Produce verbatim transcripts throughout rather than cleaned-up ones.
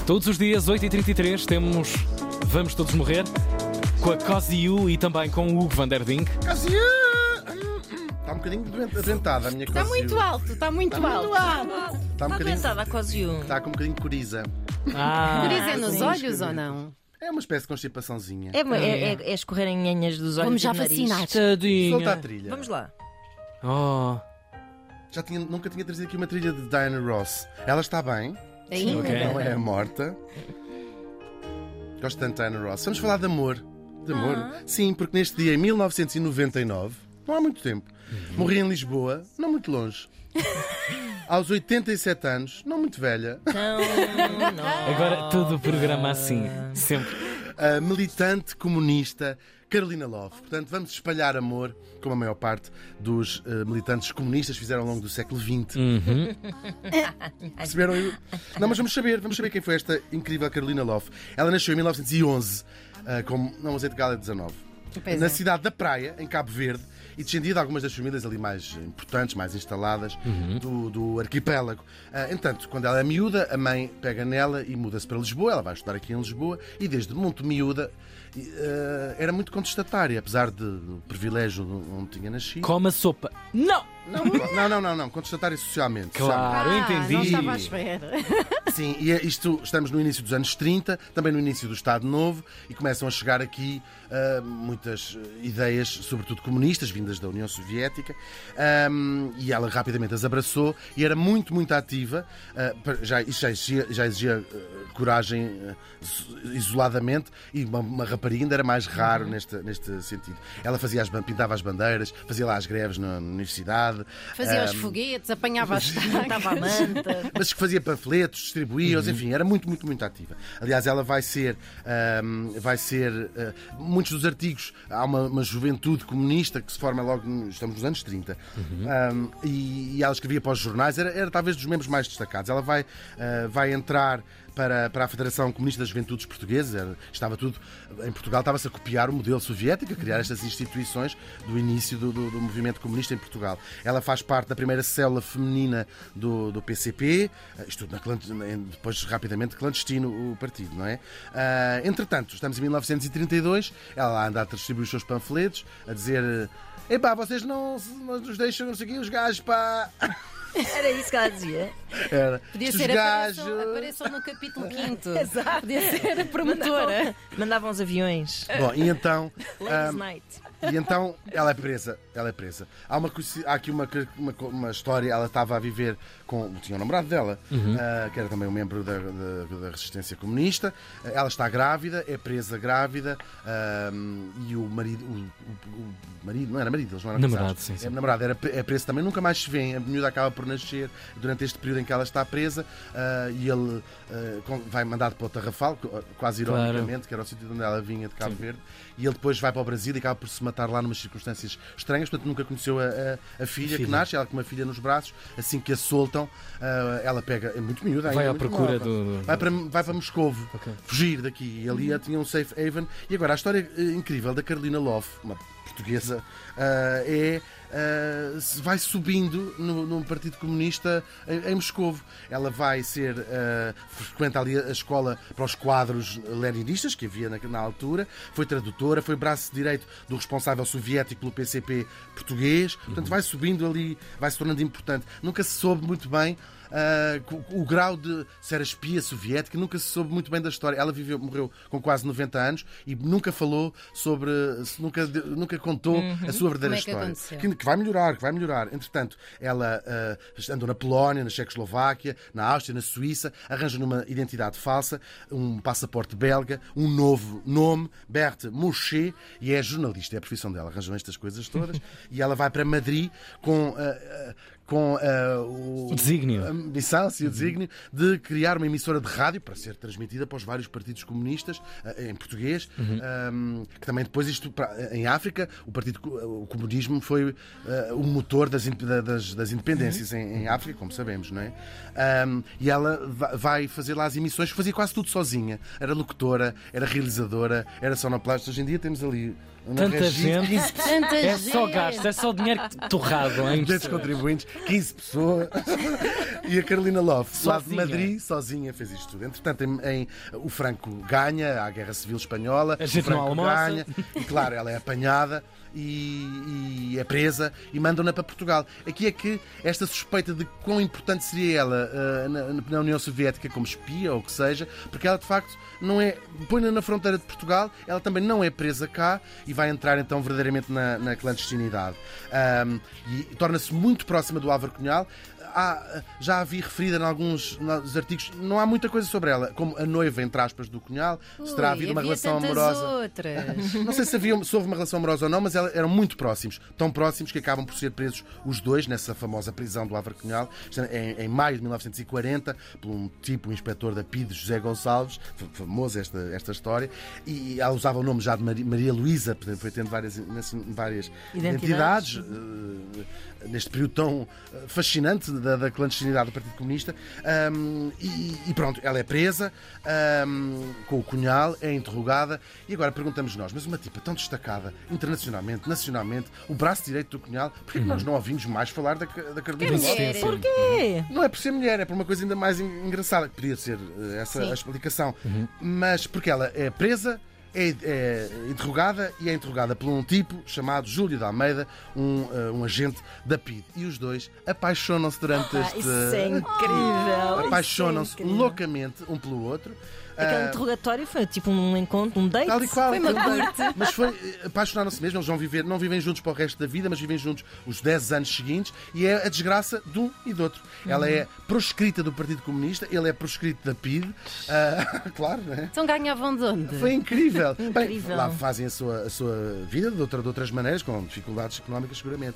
Todos os dias, oito e trinta e três, temos Vamos Todos Morrer com a Cozy U e também com o Hugo van der Dink. Cozy U! Está um bocadinho adentada a minha Cozy U. Está muito alto, está muito Está alto. muito alto. Está um bocadinho. Está a Cozy U. Está com um bocadinho de coriza. Ah, Coriza é nos sim, olhos ou não? É uma espécie de constipaçãozinha. É, é, é, é escorrerem nhanhas dos olhos Vamos já e do nariz. vacinar. tadinha. Solta a trilha. Vamos lá. Oh, Já tinha, nunca tinha trazido aqui uma trilha de Diana Ross. Ela está bem, Ainda? Ok. não é morta. Gosto tanto de Diana Ross. Vamos falar de amor. De amor. Ah. Sim, porque neste dia, em mil novecentos e noventa e nove, não há muito tempo, morri em Lisboa, não muito longe. Aos oitenta e sete anos, não muito velha, Não, não. agora todo o programa assim, sempre. a militante comunista Carolina Love. Portanto, vamos espalhar amor, como a maior parte dos uh, militantes comunistas fizeram ao longo do século vinte. Uhum. Perceberam? Não, mas vamos saber, vamos saber quem foi esta incrível Carolina Love. Ela nasceu em mil novecentos e onze, uh, como, não, mas é de Gala dezanove, Pois na é. cidade da Praia, em Cabo Verde, e descendia de algumas das famílias ali mais importantes, mais instaladas do, do arquipélago. Ah, entanto, quando ela é miúda, a mãe pega nela e muda-se para Lisboa. Ela vai estudar aqui em Lisboa e desde muito miúda ah, era muito contestatária, apesar de, do privilégio de onde tinha nascido. Coma sopa. Não! Não, não, não, não, não, contestatária socialmente. Claro, eu Ah, entendi. não estava à espera. Sim, e é isto, estamos no início dos anos trinta, também no início do Estado Novo, e começam a chegar aqui ah, muitas ideias, sobretudo comunistas, vindas da União Soviética, um, e ela rapidamente as abraçou e era muito, muito ativa. Uh, já, isto já exigia, já exigia uh, coragem uh, isoladamente, e uma, uma rapariga ainda era mais raro neste, neste sentido. Ela fazia as, pintava as bandeiras, fazia lá as greves na universidade. Fazia os um, foguetes, apanhava as Estava a manta. mas que fazia panfletos, distribuía-os, enfim, era muito, muito, muito ativa. Aliás, ela vai ser, ahm, vai ser ah, muitos dos artigos, há uma, uma juventude comunista que se forma logo, no- estamos nos anos trinta, Ahm, e, e ela escrevia para os jornais, era, era talvez dos membros mais destacados. Ela vai, ah, vai entrar para, para a Federação Comunista das Juventudes Portuguesas. Era- estava tudo, em Portugal estava-se a copiar o modelo soviético, a criar estas instituições do início do, do- do movimento comunista em Portugal. Ela faz parte da primeira célula feminina do, do P C P, eh, isto tudo na clandest- em- depois rapidamente clandestino o partido, não é? Ah, entretanto, estamos em mil novecentos e trinta e dois, ela anda a distribuir os seus panfletos, a dizer: epá, vocês não, não nos deixam, não sei o quê, os gajos, pá. Era isso que ela dizia. Era. Podia Estes ser gajos. apareçam, apareçam no capítulo quinto. Exato. Podia ser a promotora. Mandavam os aviões. Bom, e então. Ladies ah, Night. E então ela é presa, ela é presa. Há, uma, coinci- há aqui uma, uma, uma história, ela estava a viver com. Tinha o namorado dela, ah, que era também um membro da, da- da resistência comunista. Ah, ela está grávida, é presa grávida, ah, e o marido. O, o- o marido, não era marido, eles não eram Namorado, casados. sim, sim. É namorado, era, pre- é preso também, nunca mais se vê. A miúda acaba por nascer durante este período em que ela está presa, ah, e ele ah, com- vai mandado para o Tarrafal, quase Claro. ironicamente, que era o sítio de onde ela vinha, de Cabo Verde, e ele depois vai para o Brasil e acaba por se matar lá numas circunstâncias estranhas, portanto nunca conheceu a, a- a filha, filha. que nasce, ela com uma filha nos braços. Assim que a soltam, ah, ela pega, é muito miúda, Vai ainda, à muito procura nova. do- do- Vai para, vai para Moscovo, Ok. fugir daqui, e ali ela tinha um safe haven. E agora a história eh, incrível da Carolina Love, uma portuguesa, ah, é ah, se vai subindo no, no Partido Comunista em, em Moscovo. Ela vai ser, ah, frequenta ali a escola para os quadros leninistas que havia na, na altura, foi tradutora, foi braço direito do responsável soviético pelo P C P português, portanto vai subindo ali, vai se tornando importante. Nunca se soube muito bem ah, o, o grau de se era espia soviética, nunca se soube muito bem da história. Ela viveu, morreu com quase noventa anos e nunca falou sobre, nunca, nunca contou a sua verdadeira Como é que história. aconteceu? Que, que vai melhorar, que vai melhorar. Entretanto, ela ah, andou na Polónia, na Checoslováquia, na Áustria, na Suíça, arranja numa identidade falsa, um passaporte belga, um novo nome, Berthe Mouchet, e é jornalista, é a profissão dela, arranjam estas coisas todas, e ela vai para Madrid com, ah, ah, com ah, o, O desígnio. a missão, sim, o desígnio de criar uma emissora de rádio para ser transmitida para os vários partidos comunistas ah, em português, ah, que também depois isto para- em África o partido co- o comunismo foi ah, o motor das, in- da- das, das independências em, em África, como sabemos, não é? Ah, e ela va- vai fazer lá as emissões, fazia quase tudo sozinha. Era locutora, era realizadora, era sonoplasta. Hoje em dia temos ali uma Tanta regi- gente. Tanta É gente. só gasto, é só dinheiro torrado, hein? desses contribuintes, quinze pessoas. E a Carolina Love, lá de Sozinha. Madrid, sozinha, fez isto tudo. Entretanto, em, em- o Franco ganha a Guerra Civil Espanhola, A o gente não Franco almoça. ganha, e claro, ela é apanhada e, e é presa e mandam-na para Portugal. Aqui é que esta suspeita de quão importante seria ela ah, na, na União Soviética como espia ou o que seja, porque ela de facto não é. Põe-na na fronteira de Portugal, ela também não é presa cá e vai entrar então verdadeiramente na, na clandestinidade. Ahm, e torna-se muito próxima do Álvaro Cunhal. Há, já a vi referida em alguns nos artigos, não há muita coisa sobre ela, como a noiva, entre aspas, do Cunhal, se terá Ui, havido uma havia relação tantas amorosa. outras. Não sei se, havia, se houve uma relação amorosa ou não, mas ela- eram muito próximos. Tão próximos que acabam por ser presos os dois nessa famosa prisão do Álvaro Cunhal, isto é, em, em maio de mil novecentos e quarenta, por um tipo, o inspetor da P I D, José Gonçalves, f- famosa esta, esta história, e ela usava o nome já de Maria, Maria Luísa, portanto, foi tendo várias, várias Identidades. identidades, eh, neste período tão eh, fascinante da, da clandestinidade do Partido Comunista. Ahm, e, e pronto, ela é presa ahm, com o Cunhal, é interrogada e agora perguntamos nós, mas uma tipa tão destacada internacionalmente, nacionalmente, o braço direito do Cunhal, porquê que nós não ouvimos mais falar da, da Carolina Que Lopes? mulher. Porquê? Não é por ser mulher, é por uma coisa ainda mais en- engraçada, que podia ser eh, essa Sim. a explicação. Mas porque ela é presa, é, é interrogada e é interrogada por um tipo chamado Júlio de Almeida, um, eh, um agente da P I D. E os dois apaixonam-se durante Ah, este. isso é incrível. Apaixonam-se Isso é incrível. loucamente um pelo outro. Aquele Ah, interrogatório foi tipo um encontro, um date. Tal e qual. Foi uma Tal- curte. Mas foi, eh, apaixonaram-se mesmo, eles vão viver, não vivem juntos para o resto da vida, mas vivem juntos os dez anos seguintes e é a desgraça de um e do outro. Ela é proscrita do Partido Comunista, ele é proscrito da P I D. Ah, claro, não é? Então ganhavam de onde? Foi incrível. Bem, Incrível. lá fazem a sua, a sua vida de, outra, de outras maneiras, com dificuldades económicas, seguramente.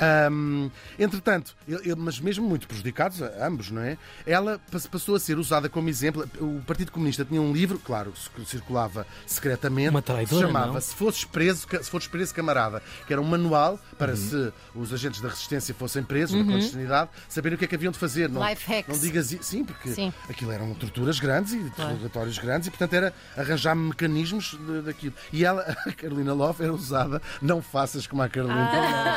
Ahm, entretanto, ele- ele- mas mesmo muito prejudicados, a- ambos, não é? Ela pas- passou a ser usada como exemplo. O Partido Comunista tinha um livro, claro, que circulava secretamente, Uma que se traidora, chamava não? Se Fosses Preso, ca- se Fosses Preso, Camarada, que era um manual para Uhum. se os agentes da resistência fossem presos na clandestinidade, saberem o que é que haviam de fazer. Não, Life hacks. não digas i- sim, porque Sim. aquilo eram torturas grandes e interrogatórios grandes e, portanto, era arranjar mecanismos de- daquilo. E ela, a Carolina Love, era usada, não faças como a Carolina,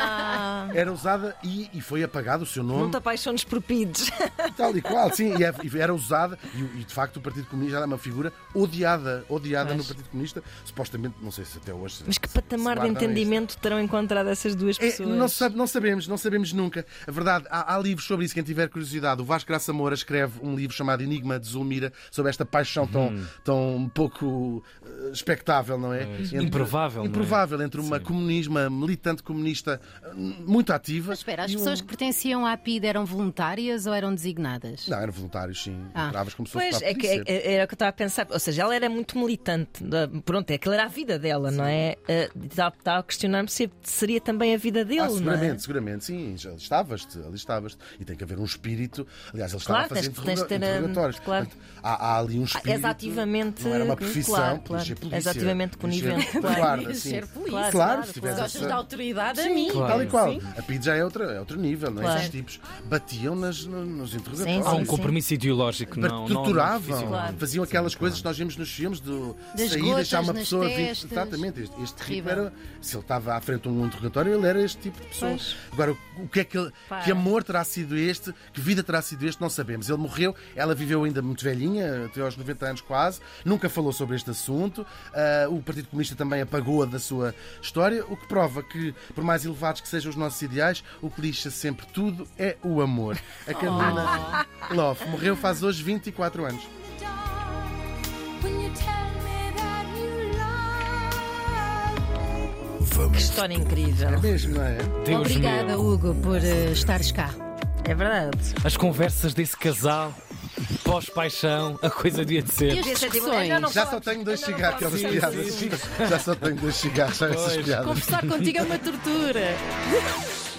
Ah, era usada e, e foi apagado o seu Não nome, te apaixones por pides. tal e qual, sim, e é- e era usada, e, e, de facto o Partido Comunista era uma figura odiada, odiada Pois. no Partido Comunista, supostamente, não sei se até hoje. se- Mas que se- patamar se de guardam isto. entendimento terão encontrado essas duas É, pessoas? não, sabe- não sabemos, não sabemos nunca. A verdade, há, há livros sobre isso, quem tiver curiosidade. O Vasco Graça Moura escreve um livro chamado Enigma de Zulmira, sobre esta paixão tão, tão pouco eh, expectável, não é? Pois. Entre- Improvável, não é? Improvável, entre uma Sim. comunismo, uma militante comunista eh, muito ativa. mas espera, as e um- pessoas que pertenciam à P I D eram voluntárias ou eram designadas? Não, eram voluntários, sim. Ah. Entravas como se fosse Pois, para a é que, polícia. é- era o que eu estava a pensar. Ou seja, ela era muito militante. da- Pronto, é aquilo era a vida dela, não é? Eh, Estava estava a questionar-me se seria também a vida dele, Ah, não seguramente, é? seguramente, sim, já estavas-te, ali estavas-te. E tem que haver um espírito. Aliás, ele Claro, estava a fazer tens- tens de ter, interroga- um, interrogatórios. claro. Portanto, há, há ali um espírito. És ativamente- Não era uma profissão, claro, podias claro. ser polícia, És ativamente podias ser conivente, claro. guarda, Podias sim. ser polícia. Claro, Claro, claro, se tivesse claro. Gostas essa- da autoridade a Sim, mim. Claro. tal e qual. Sim. A P I D já é, outra, é outro nível, não é? Claro. Esses tipos batiam nas, no- nos interrogatórios. Sim, Há sim, um compromisso ideológico, não, não, não Torturavam, físico. Claro. faziam aquelas coisas que nós vemos nos filmes do Das sair, gotas deixar uma nas pessoa vir. testas. Exatamente, este, este tipo Terrível. era. Se ele estava à frente de um interrogatório, ele era este tipo de pessoa. Pois. Agora, o, o que é que ele. Pá. Que amor terá sido este? Que vida terá sido este? Não sabemos. Ele morreu, ela viveu ainda muito velhinha, até aos noventa anos quase, nunca falou sobre este assunto. Ah, o Partido Comunista também apagou-a da sua história, o que prova que, por mais elevados que sejam os nossos ideais, o que lixa sempre tudo é o amor. A Carolina Love morreu faz hoje vinte e quatro anos. Que história incrível. É mesmo, não é? Deus Obrigada, meu. Hugo, por eh, estares cá. É verdade. As conversas desse casal, pós-paixão, a coisa devia de ser. E as discussões? Já não Já só falamos- tenho dois ainda não cigarros, aquelas falamos piadas. disso. Já só tenho dois cigarros, só essas Pois. piadas. Conversar contigo é uma tortura.